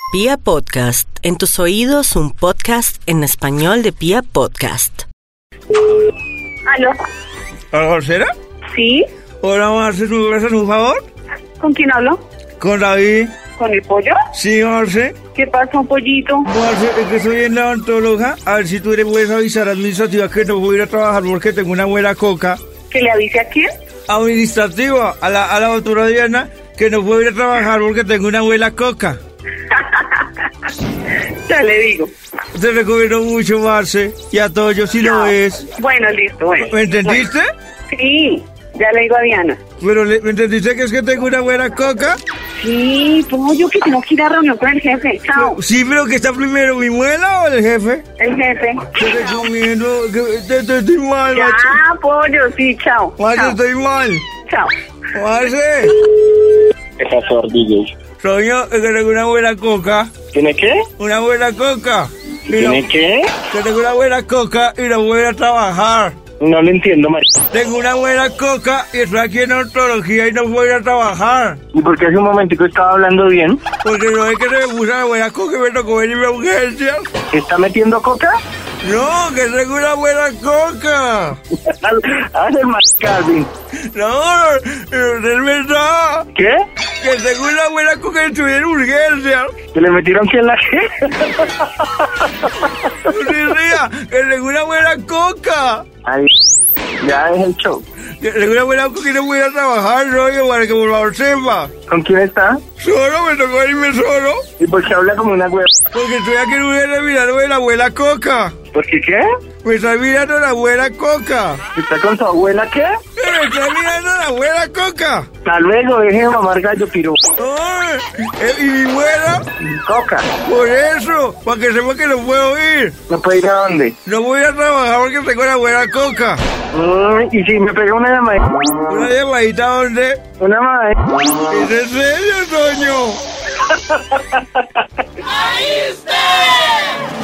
Pia Podcast, en tus oídos un podcast en español de Pia Podcast. ¿Aló? ¿Hola, Marcela? ¿Sí? Hola, Marce, ¿me haces un favor? ¿Con quién hablo? ¿Con David? ¿Con el pollo? Sí, Marce. ¿Qué pasa, pollito? Marce, es que soy en la odontóloga. A ver si tú le puedes avisar a administrativa que no voy a ir a trabajar porque tengo una buena coca. ¿Que le avise a quién? Administrativa, a la doctora Diana, que no puedo ir a trabajar porque tengo una buena coca. Ya le digo. Te recomiendo mucho, Marce, y a todos yo si lo ves. Bueno, listo, bueno. ¿Me entendiste? Sí, ya le digo a Diana. Pero, ¿me entendiste que es que tengo una buena coca? Sí, pollo, que tengo que ir a reunión con el jefe. Chao. Sí, pero ¿que está primero, mi muela o el jefe? El jefe. Te recomiendo que te estoy mal, Ya, macho. pollo, sí, chao. Marce, Chao. estoy mal. Chao. Marce. ¿Qué pasó, DJ? Soño, es que tengo una buena coca. ¿Tiene qué? Una buena coca. Y ¿Tiene qué? que tengo una buena coca y no voy a trabajar. No lo entiendo, Mar. Tengo una buena coca y estoy aquí en odontología y no voy a trabajar. ¿Y por qué hace un momentico estaba hablando bien? Porque no es que se me puso la buena coca y me tocó venirme a urgencias. ¿Está metiendo coca? No, que tengo una buena coca. Haz el Calvin. No, es verdad. ¿Qué? Que tengo una buena coca y estoy en urgencias. ¿Que le metieron que en la qué? No se ría, que tengo una buena coca. Ay, ya es el show. Que tengo una buena coca y no voy a trabajar, rollo, para que por favor sepa. ¿Con quién está? Solo, me tocó irme solo. ¿Y por qué habla como una hueva? Porque estoy aquí en urgencias mirando la buena coca. ¿Por qué qué? Me está mirando la buena coca. ¿Está con tu abuela qué? Me está mirando la buena coca. Hasta luego, deje de mamar gallo piro. Ay, ¿y mi buena? Coca. Por eso, para que sepa que no puedo ir. ¿No puede ir a dónde? No voy a trabajar porque tengo la buena coca. ¿Y si me pega una llamadita? ¿Una llamadita dónde? Una llamadita. ¿Es en serio, Toño? ¡Caíste!